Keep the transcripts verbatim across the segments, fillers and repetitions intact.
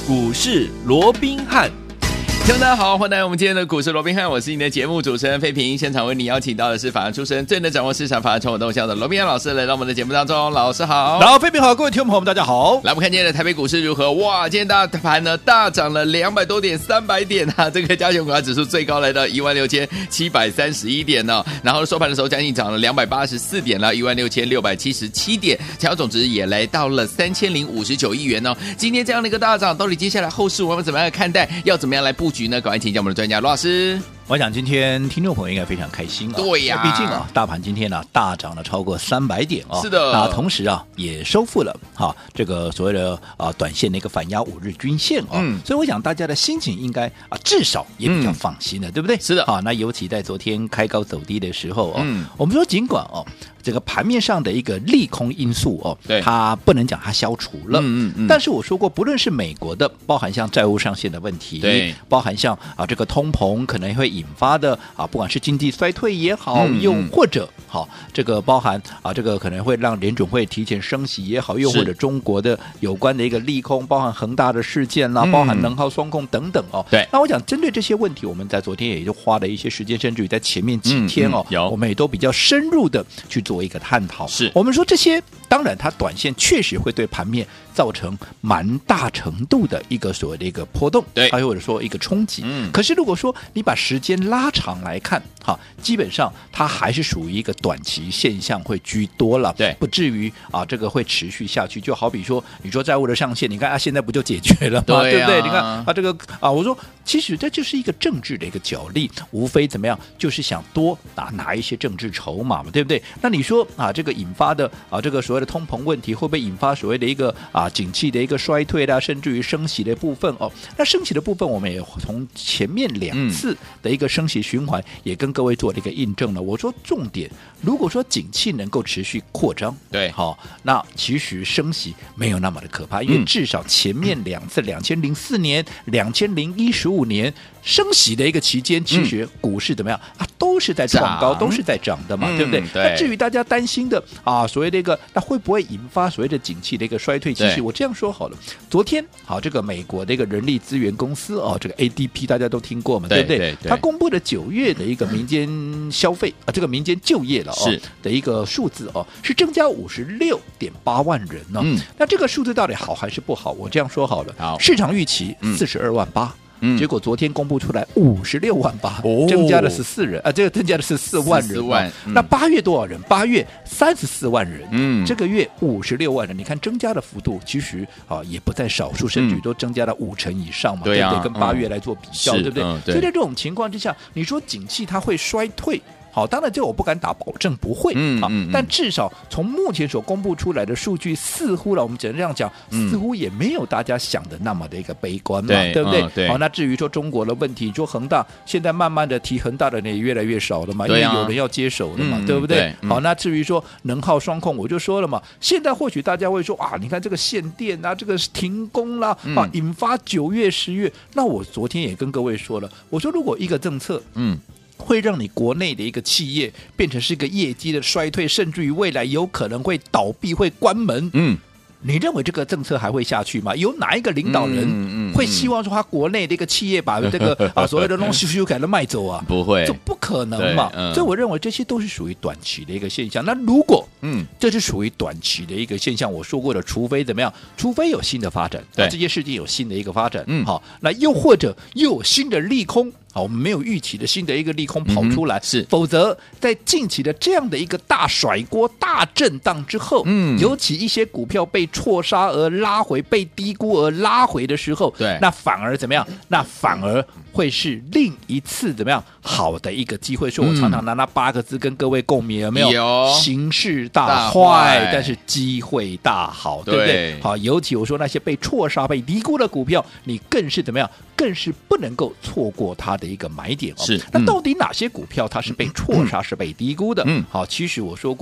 股市罗宾汉。 听众大家好，欢迎来到我们今天的股市罗宾汉，我是你的节目主持人费平。现场为你邀请到的是法案出身、最能掌握市场法案传闻动向的罗宾汉老师，来到我们的节目当中。老师好。 老费平好，各位听众朋友们大家好。 来，我们看今天的台北股市如何？哇，今天大盘呢大涨了两百多点，三百点啊！这个加权股价指数最高来到一万六千七百三十一点呢、哦，然后收盘的时候将近涨了两百八十四点了，一万六千六百七十七点，成交总值也来到了三千零五十九亿元哦。今天这样的一个大涨，到底接下来后市我们怎么样看待？要怎么样来布局呢？赶快请教我们的专家罗老师。 我想今天听众朋友应该非常开心啊， 对呀、 毕竟啊，大盘今天呢、啊、大涨了超过三百点啊， 是的， 那同时啊也收复了哈、啊、这个所谓的啊短线的一个反压五日均线啊， 嗯， 所以我想大家的心情应该啊至少也比较放心了，嗯、对不对？ 是的， 啊，那尤其在昨天开高走低的时候哦、啊， 嗯， 我们说尽管哦、啊、这个盘面上的一个利空因素哦、啊， 对， 它不能讲它消除了， 嗯嗯嗯， 但是我说过，不论是美国的，包含像债务上限的问题， 对， 包含像啊这个通膨可能会引发的。啊，不管是经济衰退也好， 嗯、 又或者好，这个包含啊，这个可能会让联准会提前升息也好，又或者中国的有关的一个利空，包含恒大的事件啦、啊，嗯、包含能耗双控等等哦。 对， 那我想针对这些问题，我们在昨天也就花了一些时间，甚至于在前面几天哦， 嗯嗯、 我们也都比较深入的去做一个探讨。 是我们说这些，当然它短线确实会对盘面造成蛮大程度的一个所谓的一个波动， 对， 还或者说一个冲击。 嗯， 可是如果说你把时间拉长来看，哈，基本上它还是属于一个短期现象会居多了， 对， 不至于啊这个会持续下去。就好比说，你说债务的上限，你看啊，现在不就解决了吗？ 对、啊、 对不对？你看啊，这个啊，我说其实这就是一个政治的一个角力，无非怎么样，就是想多拿拿一些政治筹码嘛，对不对？那你说啊，这个引发的啊这个所谓的通膨问题，会不会引发所谓的一个啊景气的一个衰退啦，甚至于升息的部分哦？那升息的部分，我们也从前面两次的一个升息循环，也跟各位做了一个印证了。我说重点，如果说景气能够持续扩张， 对， 好，那其实升息没有那么的可怕，因为至少前面两次，两千零四年、两千零一十五年升息的一个期间，其实股市怎么样啊，都是在创高，都是在涨的嘛， 嗯、 对不对？ 对。 那至于大家担心的啊，所谓的一个，那会不会引发所谓的景气的一个衰退？其实我这样说好了，昨天好，这个美国的一个人力资源公司哦，这个 A D P 大家都听过嘛，对不对？ 对对对， 它公布的九月的一个民间消费啊，这个民间就业了哦是的一个数字哦，是增加五十六点八万人呢、哦。 嗯， 那这个数字到底好还是不好？我这样说好了， 好， 市场预期四十二万八。 嗯， 结果昨天公布出来五十六万八、哦，增加了十四人啊，这个增加了十四万人、哦。 万嗯、那八月多少人？八月三十四万人。 嗯， 这个月五十六万人，你看增加的幅度其实啊也不在少数，甚至都增加了五成以上嘛， 对啊， 对不对？跟八月来做比较， 嗯、 对不对？ 嗯、对。 所以在这种情况之下，你说景气它会衰退？好，当然这我不敢打保证不会， 嗯好嗯嗯、 但至少从目前所公布出来的数据，似乎了我们只能这样讲， 嗯、 似乎也没有大家想的那么的一个悲观嘛， 对, 对不对？ 嗯、对好，那至于说中国的问题，说恒大现在慢慢的提恒大的人也越来越少了嘛， 对啊、 因为有人要接手了嘛， 嗯、 对不对？ 对嗯、 好，那至于说能耗双控，我就说了嘛，现在或许大家会说啊，你看这个限电啊，这个停工啦， 嗯、 啊，引发九月、十月，那我昨天也跟各位说了，我说如果一个政策，嗯。会让你国内的一个企业变成是一个业绩的衰退，甚至于未来有可能会倒闭、会关门。嗯，你认为这个政策还会下去吗？有哪一个领导人会希望说他国内的一个企业把这个啊所谓的东西修改了卖走啊？ 不会， 这不可能嘛。 嗯、 所以我认为这些都是属于短期的一个现象。那如果嗯这是属于短期的一个现象，我说过的，除非怎么样？除非有新的发展， 对、 啊、这些事情有新的一个发展， 嗯， 好，那又或者又有新的利空。好，我们没有预期的新的一个利空跑出来， 嗯、是， 否则在近期的这样的一个大甩锅、大震荡之后，嗯，尤其一些股票被错杀而拉回、被低估而拉回的时候， 对， 那反而怎么样？那反而会是另一次怎么样好的一个机会。所以我常常拿那八个字跟各位共勉，有没有？ 有， 形势大坏，但是机会大好，对不对？好，尤其我说那些被错杀、被低估的股票，你更是怎么样？更是不能够错过它的一个买点哦。 是， 那到底哪些股票它是被错杀、嗯、是被低估的？嗯，好，其实我说过，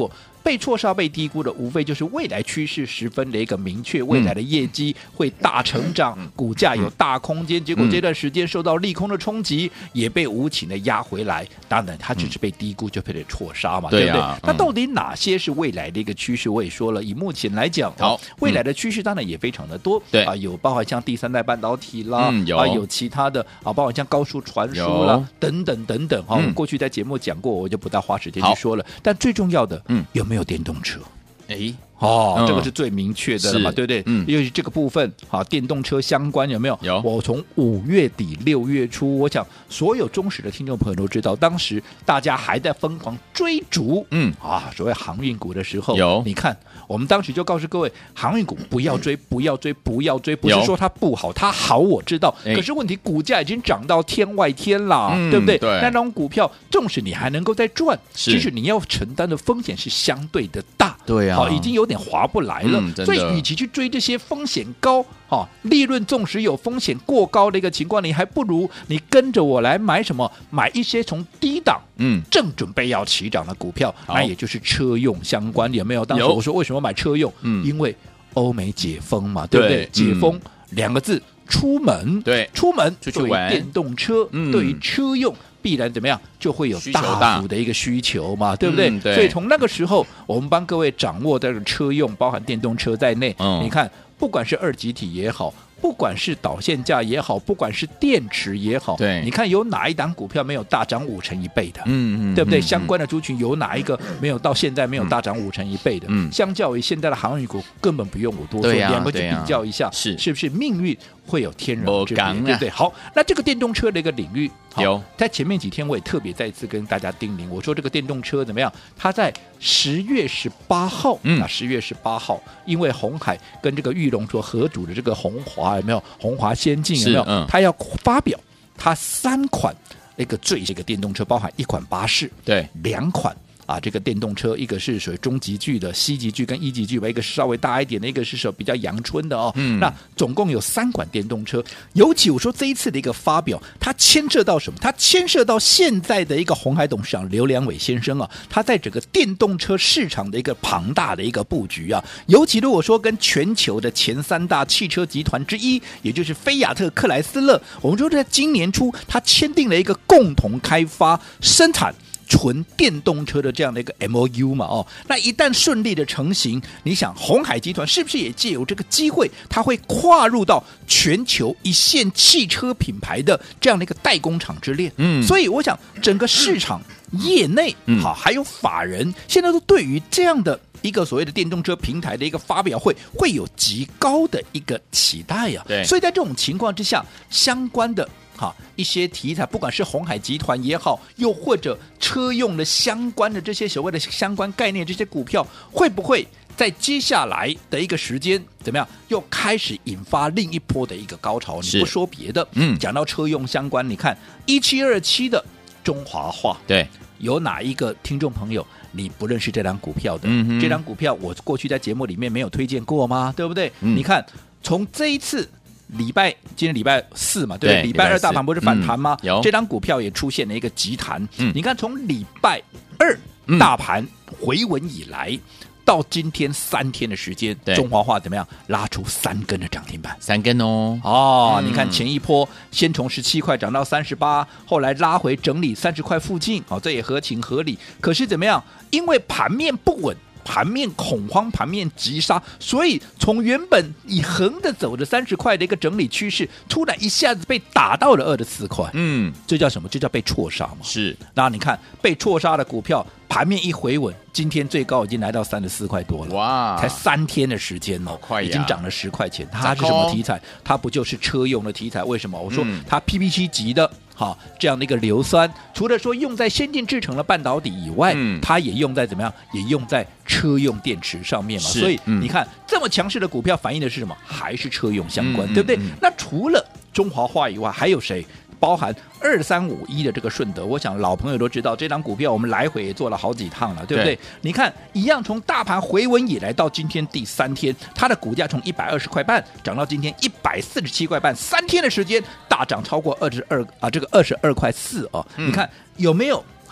被错杀、被低估的，无非就是未来趋势十分的一个明确，未来的业绩会大成长，嗯、股价有大空间。结果这段时间受到利空的冲击，也被无情的压回来。当然，它只是被低估，就被错杀嘛，嗯、对不对？啊嗯、那到底哪些是未来的一个趋势？我也说了，以目前来讲， 好， 未来的趋势当然也非常的多， 对啊，有包含像第三代半导体啦， 嗯、有啊，有其他的啊，包含像高速传输啦，等等等等。哈、嗯，我们过去在节目讲过，我就不大花时间去说了。但最重要的，嗯，有没有电动车？ 哎。 哦、嗯，这个是最明确的了嘛，对不对？ 嗯， 因为这个部分啊，电动车相关有没有？ 有。 我从五月底六月初，我想所有忠实的听众朋友都知道，当时大家还在疯狂追逐，嗯啊，所谓航运股的时候， 有。 你看，我们当时就告诉各位，航运股不要追，不要追，不要追，不是说它不好，它好我知道，可是问题股价已经涨到天外天啦， 嗯、 对不对？ 对。 那种股票，纵使你还能够再赚， 是其实你要承担的风险是相对的大， 对啊， 好、哦，已经有点划不来了。 嗯、 所以，与其去追这些风险高、哦、利润纵使有风险过高的一个情况，你还不如你跟着我来买什么？买一些从低档，嗯，正准备要起涨的股票，那也就是车用相关，有没有？当时我说为什么买车用？嗯，因为欧美解封嘛，对不对？对解封、嗯、两个字，出门， 对， 出门出去玩， 对于电动车，嗯、对于车用。必然怎么样就会有大幅的一个需求嘛，对不对？ 嗯、对所以从那个时候，我们帮各位掌握这个车用，包含电动车在内。嗯、你看，不管是二极体也好，不管是导线架也好，不管是电池也好， 对， 你看有哪一档股票没有大涨五成一倍的？ 嗯嗯， 对不对？ 嗯、 相关的族群有哪一个没有到现在没有大涨五成一倍的？嗯，相较于现在的航运股，根本不用我多说， 啊、 两个去比较一下， 是、 啊、是不是命运会有天壤之别？啊、对不对？好，那这个电动车的一个领域。 有， 在前面几天我也特别再次跟大家叮咛，我说这个电动车怎么样？它在十月十八号，嗯，啊，十月十八号，因为鸿海跟这个裕隆所合组的这个鸿华有没有？鸿华先进有没有？嗯、它要发表它三款那个最这个电动车，包含一款巴士， 对， 两款。啊，这个电动车，一个是属于中级距的 C 级距跟一级距吧，一个是稍微大一点的，一个是属于比较阳春的哦。嗯，那总共有三款电动车，尤其我说这一次的一个发表，它牵涉到什么？它牵涉到现在的一个鸿海董事长刘良伟先生啊，他在整个电动车市场的一个庞大的一个布局啊，尤其如果说跟全球的前三大汽车集团之一，也就是菲亚特克莱斯勒，我们说在今年初，他签订了一个共同开发生产。纯电动车的这样的一个 M O U 嘛，哦，那一旦顺利的成型，你想鸿海集团是不是也借由这个机会，它会跨入到全球一线汽车品牌的这样的一个代工厂之列？嗯，所以我想整个市场业内，嗯，好，还有法人，现在都对于这样的一个所谓的电动车平台的一个发表会，会有极高的一个期待呀、啊。 对， 所以在这种情况之下，相关的。好，一些题材，不管是鸿海集团也好，又或者车用的相关的这些所谓的相关概念，这些股票会不会在接下来的一个时间怎么样，又开始引发另一波的一个高潮？你不说别的，嗯，讲到车用相关，你看一七二七的中华化， 对， 有哪一个听众朋友你不认识这档股票的？ 嗯、 这档股票我过去在节目里面没有推荐过吗？对不对？嗯、你看从这一次。礼拜今天礼拜四嘛，对不对？礼拜二大盘不是反弹吗？ 嗯、有这张股票也出现了一个急弹。 嗯、 你看从礼拜二大盘回稳以来，嗯、到今天三天的时间，中华化怎么样拉出三根的涨停板？ 三根哦。 哦，嗯、你看前一波先从十七块涨到三十八，后来拉回整理三十块附近，哦，这也合情合理。可是怎么样？因为盘面不稳。盘面恐慌，盘面急杀，所以从原本以横的走的三十块的一个整理趋势，突然一下子被打到了二十四块， 嗯， 这叫什么？这叫被错杀嘛。 是， 那你看被错杀的股票，盘面一回稳，今天最高已经来到三十四块多了， 哇， 才三天的时间哦， 快呀， 已经涨了十块钱。它是什么题材？它不就是车用的题材？为什么？我说它 P P 七 级的。好，这样的一个硫酸，除了说用在先进制成的半导体以外，嗯、它也用在怎么样？也用在车用电池上面嘛。所以、嗯、你看这么强势的股票，反映的是什么？还是车用相关，嗯、对不对？嗯、那除了中华化以外，还有谁？包含二三五一的这个顺德，我想老朋友都知道，这张股票我们来回也做了好几趟了，对不对？对，你看，一样从大盘回稳以来到今天第三天，它的股价从一百二十块半涨到今天一百四十七块半，三天的时间大涨超过二十二啊，这个二十二块四哦。嗯、你看有没有哈？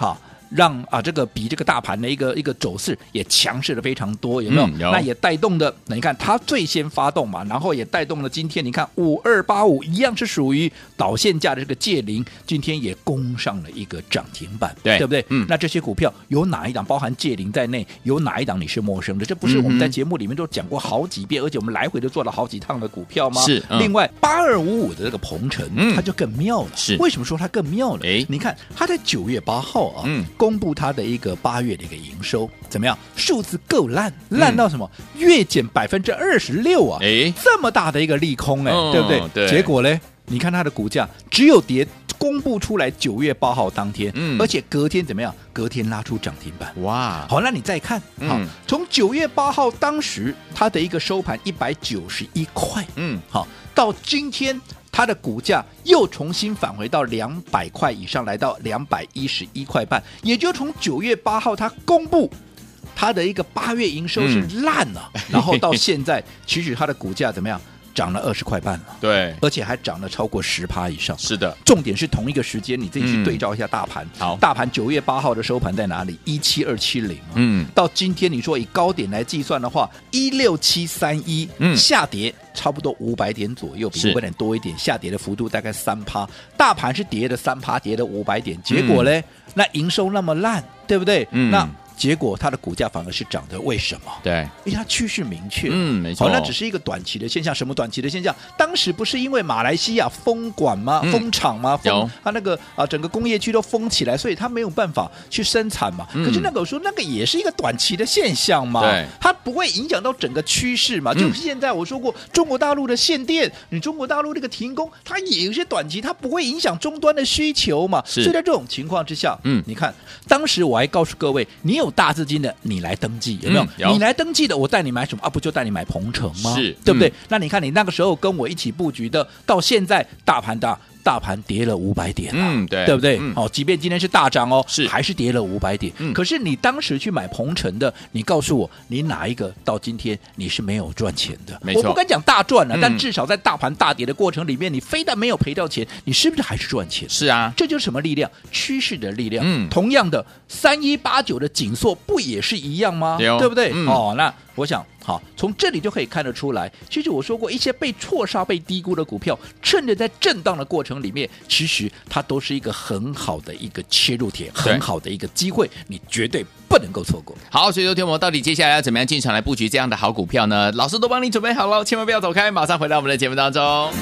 让啊这个比这个大盘的一个一个走势也强势的非常多，有没有？ 嗯、有那也带动的，那你看它最先发动嘛，然后也带动了今天你看五二八五一样是属于导线价的这个界零，今天也攻上了一个涨停板， 对对不对？ 嗯， 那这些股票有哪一档包含界零在内，有哪一档你是陌生的？这不是我们在节目里面都讲过好几遍，嗯、而且我们来回都做了好几趟的股票吗？ 是。嗯、 另外八二五五的这个鹏程，嗯、它就更妙了。 是。 为什么说它更妙了？哎，你看它在九月八号啊，嗯、公布它的一个八月的一个营收怎么样？数字够烂，烂到什么？嗯、月减百分之二十六啊！哎，这么大的一个利空哎，哦、对不对？ 对。 结果呢？你看它的股价只有跌，公布出来九月八号当天，嗯，而且隔天怎么样？隔天拉出涨停板，哇！好，那你再看，好，嗯、从九月八号当时它的一个收盘一百九十一块，嗯，好，到今天它的股价又重新返回到两百块以上，来到两百一十一块半，也就从九月八号它公布。它的一个八月营收是烂了，嗯、然后到现在，其实它的股价怎么样？涨了二十块半了， 对， 而且还涨了超过十趴以上。 是的， 重点是同一个时间，你自己去对照一下大盘。 好、嗯， 大盘九月八号的收盘在哪里？一七二七零。嗯，到今天你说以高点来计算的话，一六七三一，嗯，下跌差不多五百点左右，比五百点多一点，下跌的幅度大概三趴。大盘是跌了三趴，跌了五百点，结果呢，嗯、那营收那么烂，对不对？嗯，那。结果它的股价反而是涨的，为什么？ 对， 因为它趋势明确。 嗯，没错。 好，那只是一个短期的现象。什么短期的现象？当时不是因为马来西亚封管吗？嗯、封厂吗？封它那个啊，整个工业区都封起来，所以它没有办法去生产嘛。嗯、可是那个我说那个也是一个短期的现象嘛。 对， 它不会影响到整个趋势嘛。嗯、就是现在我说过，中国大陆的限电，你中国大陆这个停工，它也有些短期，它不会影响终端的需求嘛。所以在这种情况之下，嗯，你看当时我还告诉各位，你有大资金的。你来登记有没有？嗯、有你来登记的，我带你买什么啊？不就带你买鹏程吗？ 是， 对不对？嗯、那你看你那个时候跟我一起布局的，到现在大盘大大盘跌了五百点、啊， 嗯，对， 对不对？ 嗯、 哦，即便今天是大涨哦， 是还是跌了五百点。嗯、可是你当时去买鹏程的，你告诉我，你哪一个到今天你是没有赚钱的？ 没错， 我不敢讲大赚了、啊， 嗯、 但至少在大盘大跌的过程里面，你非但没有赔到钱，你是不是还是赚钱？ 是啊， 这就是什么力量？趋势的力量。嗯，同样的，三一八九的景硕不也是一样吗？对不对？嗯、哦，那我想。好，从这里就可以看得出来，其实我说过，一些被错杀、被低估的股票，趁着在震荡的过程里面，其实它都是一个很好的一个切入点，很好的一个机会，你绝对不能够错过。 好，所以昨天我们到底接下来要怎么样进场来布局这样的好股票呢？老师都帮你准备好了，千万不要走开，马上回到我们的节目当中。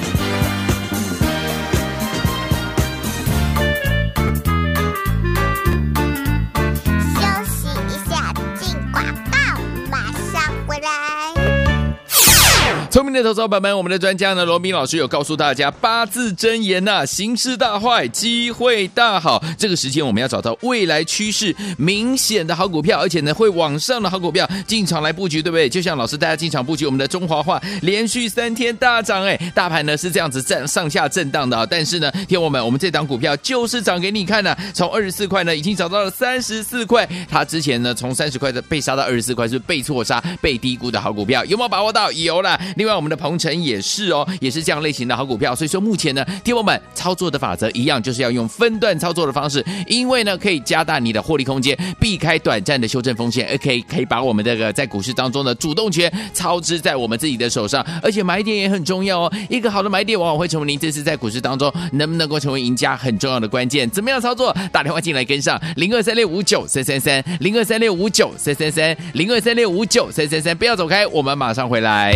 聪明的投资者们，我们的专家呢，罗明老师有告诉大家八字真言呐、啊，形势大坏，机会大好。这个时间我们要找到未来趋势明显的好股票，而且呢会往上的好股票进场来布局，对不对？就像老师大家进场布局我们的中华化，连续三天大涨，哎，大盘呢是这样子上上下震荡的啊，但是呢，听我们，我们这档股票就是涨给你看的、啊，从二十四块呢已经涨到了三十四块，它之前呢从三十块的被杀到二十四块，是被错杀、被低估的好股票，有没有把握到？有啦。另外我们的鹏程也是哦，也是这样类型的好股票，所以说目前呢，听我们操作的法则一样，就是要用分段操作的方式，因为呢可以加大你的获利空间，避开短暂的修正风险，而可以可以把我们这个在股市当中的主动权操之在我们自己的手上，而且买点也很重要哦。一个好的买点往往会成为您这次在股市当中能不能够成为赢家很重要的关键。怎么样操作？打电话进来跟上零二三六五九三三三零二三六五九三三三零二三六五九三三三，不要走开，我们马上回来。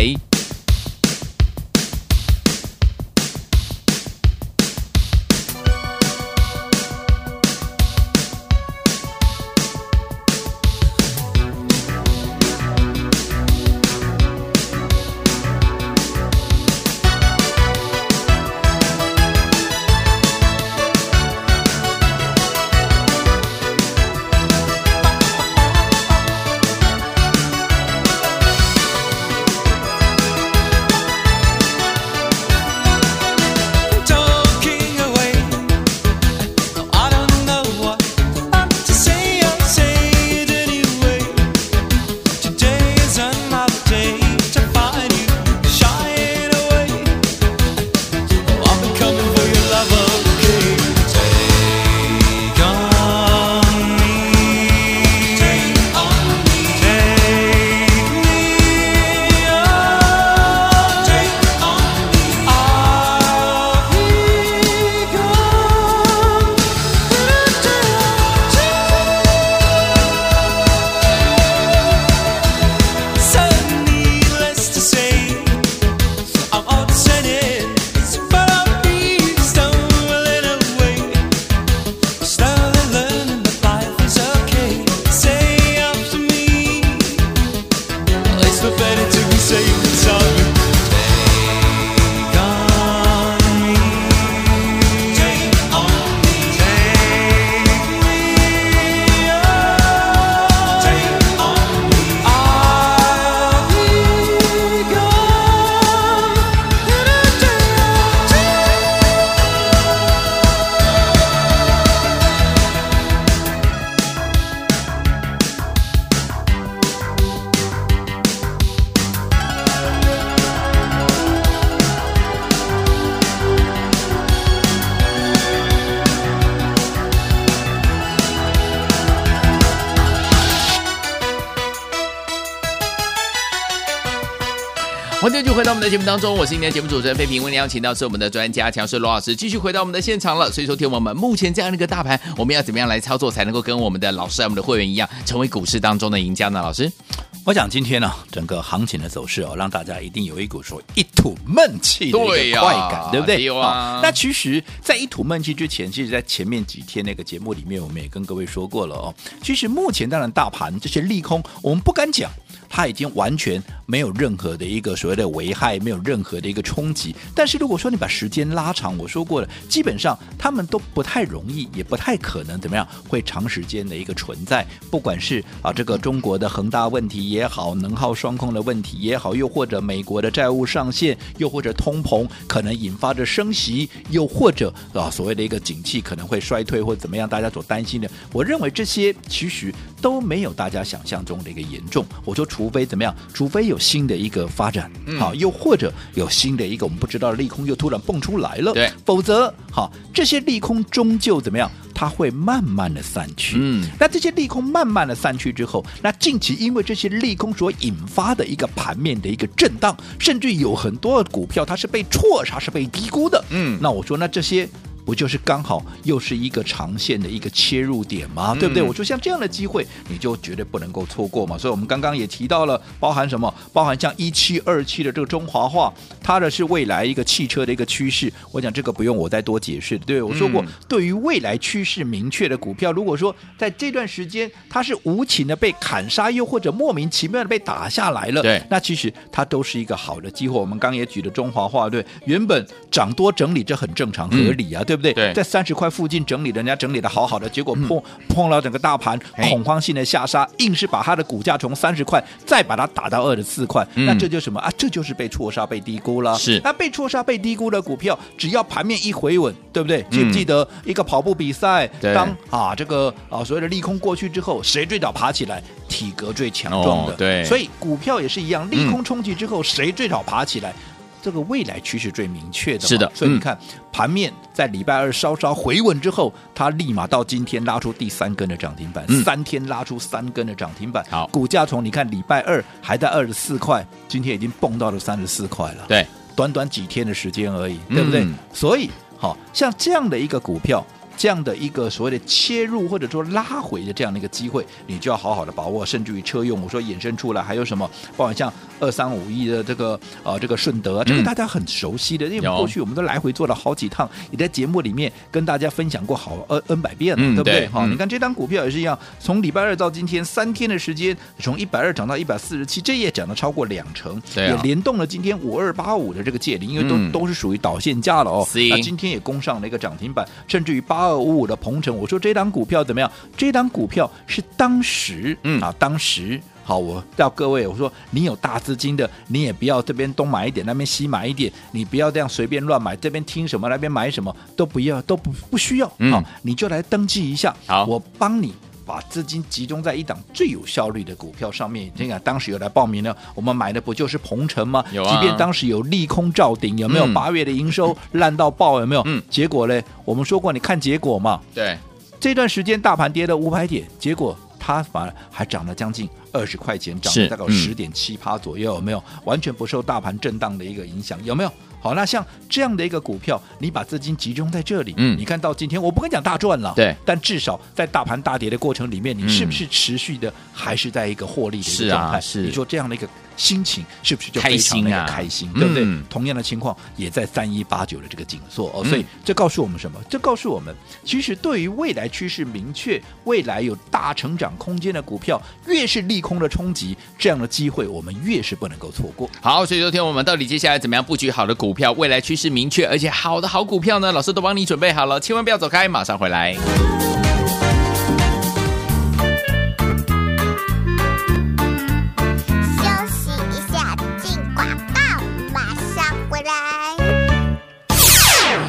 欢迎继续回到我们的节目当中，我是今天的节目主持人费平，为您邀请到是我们的专家强势罗老师，继续回到我们的现场了。所以说，听我们目前这样的一个大盘，我们要怎么样来操作才能够跟我们的老师、我们的会员一样，成为股市当中的赢家呢？老师， 我想今天呢、啊，整个行情的走势哦，让大家一定有一股说一吐闷气的一个快感， 对, 对不对？ 对啊、 哦。那其实，在一吐闷气之前，其实在前面几天那个节目里面，我们也跟各位说过了哦。其实目前当然大盘这些利空，我们不敢讲。它已经完全没有任何的一个所谓的危害，没有任何的一个冲击。但是如果说你把时间拉长，我说过了，基本上他们都不太容易，也不太可能怎么样会长时间的一个存在。不管是啊这个中国的恒大问题也好，能耗双控的问题也好，又或者美国的债务上限，又或者通膨可能引发着升息，又或者啊所谓的一个景气可能会衰退或怎么样，大家所担心的，我认为这些其实都没有大家想象中的一个严重。我说除非怎么样，除非有新的一个发展，好、嗯，又或者有新的一个我们不知道的利空又突然蹦出来了， 对， 否则好，这些利空终究怎么样？它会慢慢的散去。嗯，那这些利空慢慢的散去之后，那近期因为这些利空所引发的一个盘面的一个震荡，甚至有很多的股票它是被错杀，是被低估的。嗯，那我说那这些。不就是刚好又是一个长线的一个切入点吗？嗯、对不对？我说像这样的机会，你就绝对不能够错过嘛。所以我们刚刚也提到了，包含什么？包含像一七二七的这个中华化，它的是未来一个汽车的一个趋势。我讲这个不用我再多解释，对我说过，嗯、对于未来趋势明确的股票，如果说在这段时间它是无情的被砍杀，又或者莫名其妙的被打下来了， 对， 那其实它都是一个好的机会。我们刚刚也举了中华化，对，原本涨多整理，这很正常合理啊，嗯、对不对？ 对， 在三十块附近整理，人家整理的好好的，结果碰、嗯、碰到整个大盘恐慌性的下杀，硬是把它的股价从三十块再把它打到二十四块，嗯、那这就是什么啊？这就是被错杀、被低估了。 是， 那被错杀、被低估的股票，只要盘面一回稳，对不对？记不记得一个跑步比赛，嗯、当啊这个啊所谓的利空过去之后，谁最早爬起来？体格最强壮的。 哦、对， 所以股票也是一样，利空冲击之后，嗯、谁最早爬起来？这个未来趋势最明确的， 是的， 所以你看、嗯、盘面在礼拜二稍稍回稳之后，它立马到今天拉出第三根的涨停板，嗯、三天拉出三根的涨停板， 好， 股价从你看礼拜二还在二十四块，今天已经蹦到了三十四块了， 对， 短短几天的时间而已，对不对？嗯、所以好像这样的一个股票。这样的一个所谓的切入或者说拉回的这样的一个机会，你就要好好的把握，甚至于车用，我说衍生出来还有什么，包括像二三五一的这个呃这个顺德、啊，这个大家很熟悉的，嗯、因为过去我们都来回做了好几趟，也在节目里面跟大家分享过好 N N 百遍了，嗯、对不对？好、嗯，你看这张股票也是一样，从礼拜二到今天三天的时间，从一百二涨到一百四十七，这也涨了超过两成， 啊、 也联动了今天五二八五的这个界零，因为都、嗯、都是属于导线价了哦，那今天也攻上了一个涨停板，甚至于八二五五的鹏程，我说这档股票怎么样？这档股票是当时、嗯、啊，当时好，我叫各位，我说你有大资金的，你也不要这边东买一点，那边西买一点，你不要这样随便乱买，这边听什么那边买什么都不要，都不不需要，嗯、好，你就来登记一下， 好， 我帮你。把资金集中在一档最有效率的股票上面。你看，当时有来报名呢，我们买的不就是鹏程吗？ 有啊。 即便当时有利空照顶，有没有？八、嗯、月的营收烂到爆，有没有？ 嗯。 结果呢？我们说过，你看结果嘛。 对。 这段时间大盘跌了五百点，结果它反而还涨了将近二十块钱，涨了大概十点七趴左右，有没有？完全不受大盘震荡的一个影响，有没有？好，那像这样的一个股票，你把资金集中在这里，嗯，你看到今天，我不跟你讲大赚了， 对， 但至少在大盘大跌的过程里面，你是不是持续的还是在一个获利的一个状态？ 是啊，是。 你说这样的一个心情是不是就非常的一个开心，对不对？嗯、同样的情况也在三一八九的这个景硕哦，所以这告诉我们什么？这告诉我们，其实对于未来趋势明确、未来有大成长空间的股票，越是利空的冲击，这样的机会我们越是不能够错过。 好，所以昨天我们到底接下来怎么样布局好的股票，未来趋势明确而且好的好股票呢？老师都帮你准备好了，千万不要走开，马上回来。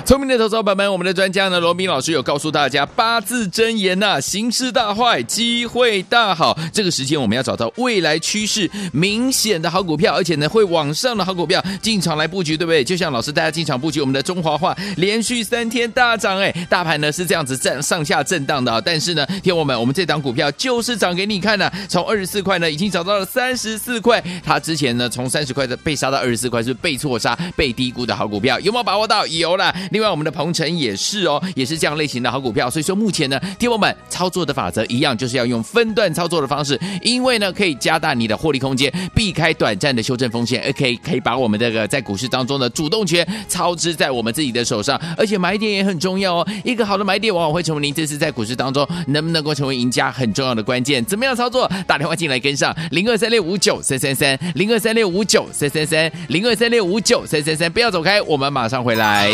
聪明的投资者朋友们，我们的专家呢，罗明老师有告诉大家八字真言呐、啊，形势大坏，机会大好。这个时间我们要找到未来趋势明显的好股票，而且呢会往上的好股票进场来布局，对不对？就像老师大家进场布局我们的中华化，连续三天大涨，哎，大盘呢是这样子上上下震荡的、啊，但是呢，听我们，我们这档股票就是涨给你看的、啊，从二十四块呢已经涨到了三十四块，它之前呢从三十块的被杀到二十四块，是被错杀、被低估的好股票，有没有把握到？有啦。另外我们的鹏程也是哦，也是这样类型的好股票，所以说目前呢，听我们操作的法则一样，就是要用分段操作的方式，因为呢可以加大你的获利空间，避开短暂的修正风险，而可以可以把我们这个在股市当中的主动权操之在我们自己的手上，而且买点也很重要哦。一个好的买点往往会成为您这次在股市当中能不能够成为赢家很重要的关键。怎么样操作？打电话进来跟上零二三六五九三三三零二三六五九三三三零二三六五九三三三，不要走开，我们马上回来。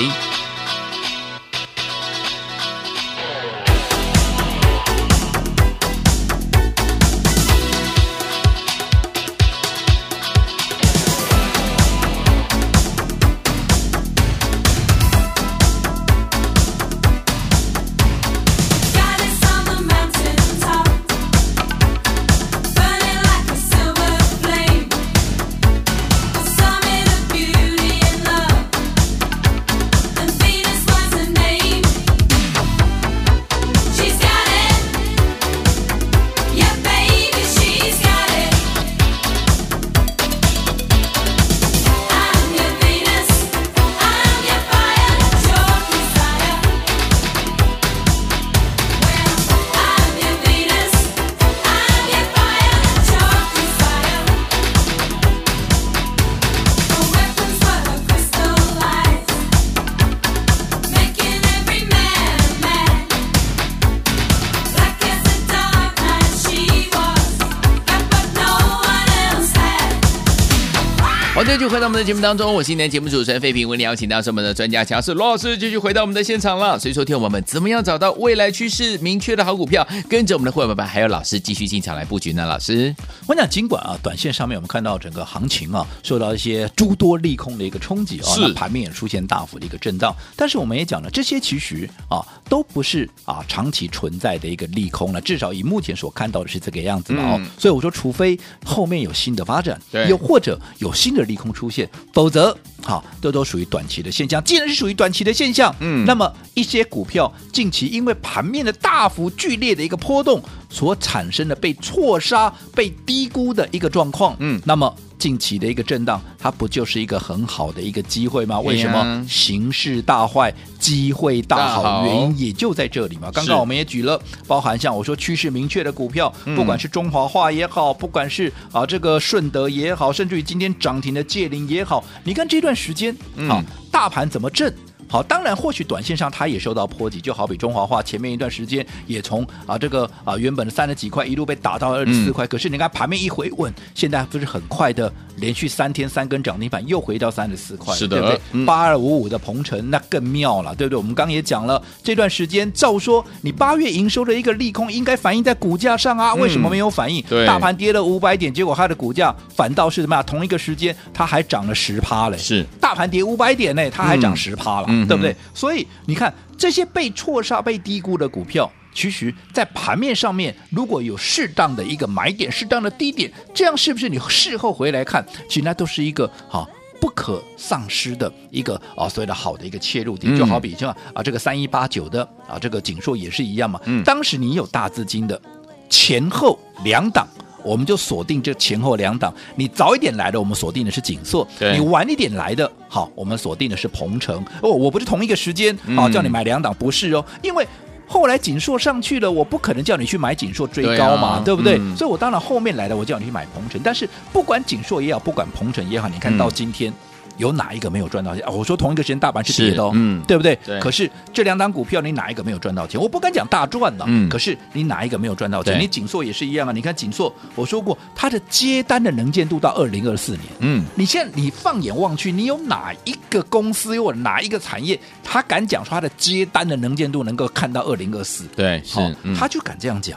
好，继续回到我们的节目当中，我是今天节目主持人费平，为你邀请到是我们的专家强势罗老师，继续回到我们的现场了。所以说，听我们怎么样找到未来趋势明确的好股票，跟着我们的会员们还有老师继续进场来布局呢？老师， 我讲尽管啊，短线上面我们看到整个行情啊受到一些诸多利空的一个冲击啊，那盘面也出现大幅的一个震荡，但是我们也讲了，这些其实啊都不是啊长期存在的一个利空了，至少以目前所看到的是这个样子的哦。嗯、所以我说，除非后面有新的发展，又或者有新的利空出现，否则好，这都属于短期的现象。既然是属于短期的现象，嗯，那么一些股票近期因为盘面的大幅剧烈的一个波动所产生的被错杀、被低估的一个状况，嗯，那么近期的一个震荡，它不就是一个很好的一个机会吗？为什么？形势大坏，机会大好，大好原因也就在这里嘛。刚刚我们也举了，包含像我说趋势明确的股票，嗯、不管是中华化也好，不管是啊这个顺德也好，甚至于今天涨停的界霖也好，你看这段时间，好、嗯，大盘怎么震？好，当然或许短线上它也受到波及，就好比中华化前面一段时间也从啊这个啊原本的三十几块一路被打到二十四块，嗯、可是你看盘面一回稳，现在不是很快的连续三天三根涨停板又回到三十四块， 是的， 对不对？八二五五的鹏程那更妙了，对不对？我们刚刚也讲了，这段时间照说你八月营收的一个利空应该反映在股价上啊，为什么没有反映？嗯、大盘跌了五百点，结果它的股价反倒是什么呀？同一个时间它还涨了十趴嘞， 是大盘跌五百点呢，它还涨十趴了。嗯对不对？所以你看这些被错杀、被低估的股票，其实在盘面上面如果有适当的一个买点、适当的低点，这样是不是你事后回来看，其实那都是一个好。不可丧失的一个啊，所谓的好的一个切入点，嗯、就好比像啊这个三一八九的啊这个景硕也是一样嘛。嗯、当时你有大资金的前后两档。我们就锁定这前后两档，你早一点来的，我们锁定的是景硕；你晚一点来的，好，我们锁定的是鹏程。哦，我不是同一个时间，好、嗯、叫你买两档，不是哦，因为后来景硕上去了，我不可能叫你去买景硕追高嘛， 对,、啊、对不对、嗯？所以我当然后面来的，我叫你去买鹏程。但是不管景硕也好，不管鹏程也好，你看到今天。嗯有哪一个没有赚到钱？我说同一个时间大盘是跌的哦，嗯，对不 对, 对？可是这两档股票你哪一个没有赚到钱？我不敢讲大赚了，嗯，可是你哪一个没有赚到钱？你景硕也是一样啊。你看景硕，我说过它的接单的能见度到二零二四年，嗯，你现在你放眼望去，你有哪一个公司或哪一个产业，他敢讲说它的接单的能见度能够看到二零二四？ 对，是、 嗯，他就敢这样讲啊。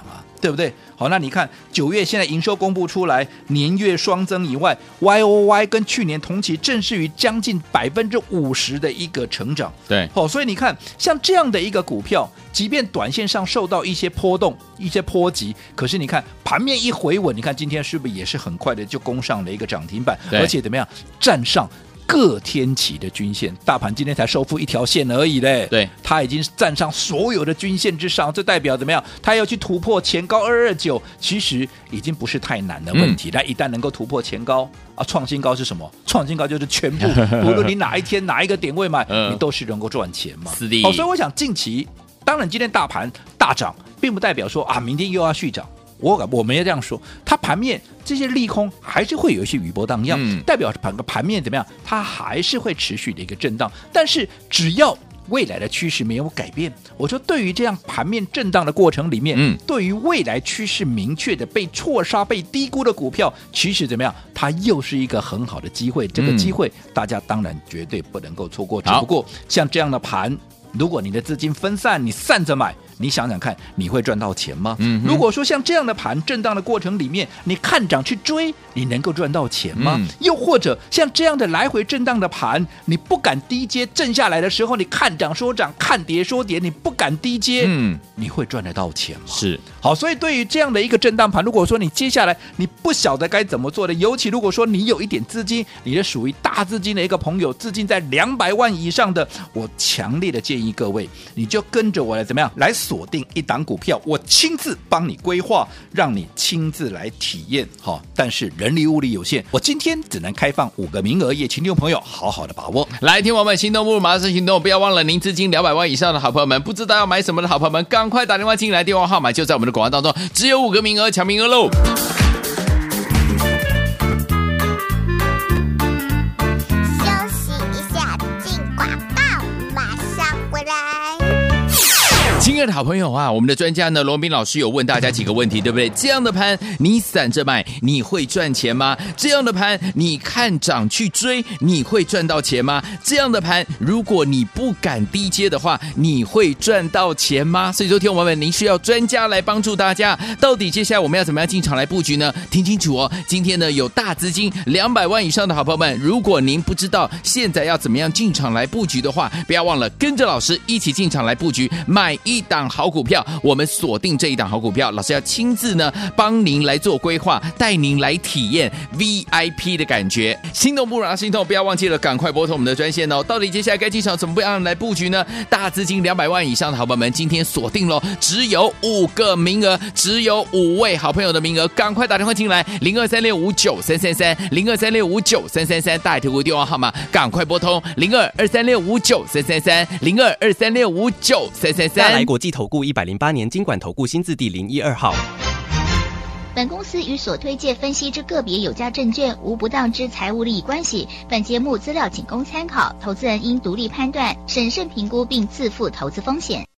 对不对？好，那你看九月现在营收公布出来，年月双增以外 ，Y O Y 跟去年同期正是于将近百分之五十的一个成长。 对， 好，所以你看像这样的一个股票，即便短线上受到一些波动、一些波及，可是你看盘面一回稳，你看今天是不是也是很快的就攻上了一个涨停板，而且怎么样站上各天期的均线，大盘今天才收复一条线而已嘞。 对， 它已经站上所有的均线之上，这代表怎么样？它要去突破前高二二九，其实已经不是太难的问题。但、嗯、一旦能够突破前高啊，创新高是什么？创新高就是全部，无论你哪一天哪一个点位买，嗯、你都是能够赚钱嘛。 是的。 好，所以我想近期，当然今天大盘大涨，并不代表说啊，明天又要续涨。我我们也这样说，它盘面这些利空还是会有一些余波荡漾，嗯、代表盘个盘面怎么样？它还是会持续的一个震荡。但是只要未来的趋势没有改变，我说对于这样盘面震荡的过程里面，嗯、对于未来趋势明确的被错杀、被低估的股票，其实怎么样？它又是一个很好的机会。这个机会大家当然绝对不能够错过。只不过像这样的盘，如果你的资金分散，你散着买。你想想看，你会赚到钱吗？嗯、如果说像这样的盘震荡的过程里面，你看涨去追，你能够赚到钱吗？嗯、又或者像这样的来回震荡的盘，你不敢低接，震下来的时候，你看涨说涨，看跌说跌，你不敢低接，嗯、你会赚得到钱吗？ 是。 好，所以对于这样的一个震荡盘，如果说你接下来你不晓得该怎么做的，尤其如果说你有一点资金，你是属于大资金的一个朋友，资金在两百万以上的，我强烈的建议各位，你就跟着我来怎么样来锁定一档股票，我亲自帮你规划，让你亲自来体验。好，但是人力物力有限，我今天只能开放五个名额，也请听众朋友好好的把握。 来，听我们心动不如马上行动，不要忘了您资金两百万以上的好朋友们，不知道要买什么的好朋友们，赶快打电话进来，电话号码就在我们的广告当中，只有五个名额，抢名额喽！亲爱的好朋友啊，我们的专家呢，罗宾老师有问大家几个问题，对不对？这样的盘你散着买，你会赚钱吗？这样的盘你看涨去追，你会赚到钱吗？这样的盘如果你不敢低接的话，你会赚到钱吗？所以说，听众朋友们，您需要专家来帮助大家。到底接下来我们要怎么样进场来布局呢？听清楚哦，今天呢有大资金两百万以上的好朋友们，如果您不知道现在要怎么样进场来布局的话，不要忘了跟着老师一起进场来布局，买一档好股票，我们锁定这一档好股票，老师要亲自呢帮您来做规划，带您来体验 V I P 的感觉。心动不如心动，不要忘记了赶快拨通我们的专线哦。到底接下来该进场怎么样来布局呢？大资金两百万以上的好朋友们，今天锁定了，只有五个名额，只有五位好朋友的名额，赶快打电话进来，零二三六五九三三三，零二三六五九三三三，大铁股电话号码赶快拨通零二二三六五九三三三，零二二三六五九三三三。 大来国际投顾一百零八年金管投顾新字第零一二号。 本公司与所推介分析之个别有价证券无不当之财务利益关系。本节目资料仅供参考，投资人应独立判断、审慎评估并自负投资风险。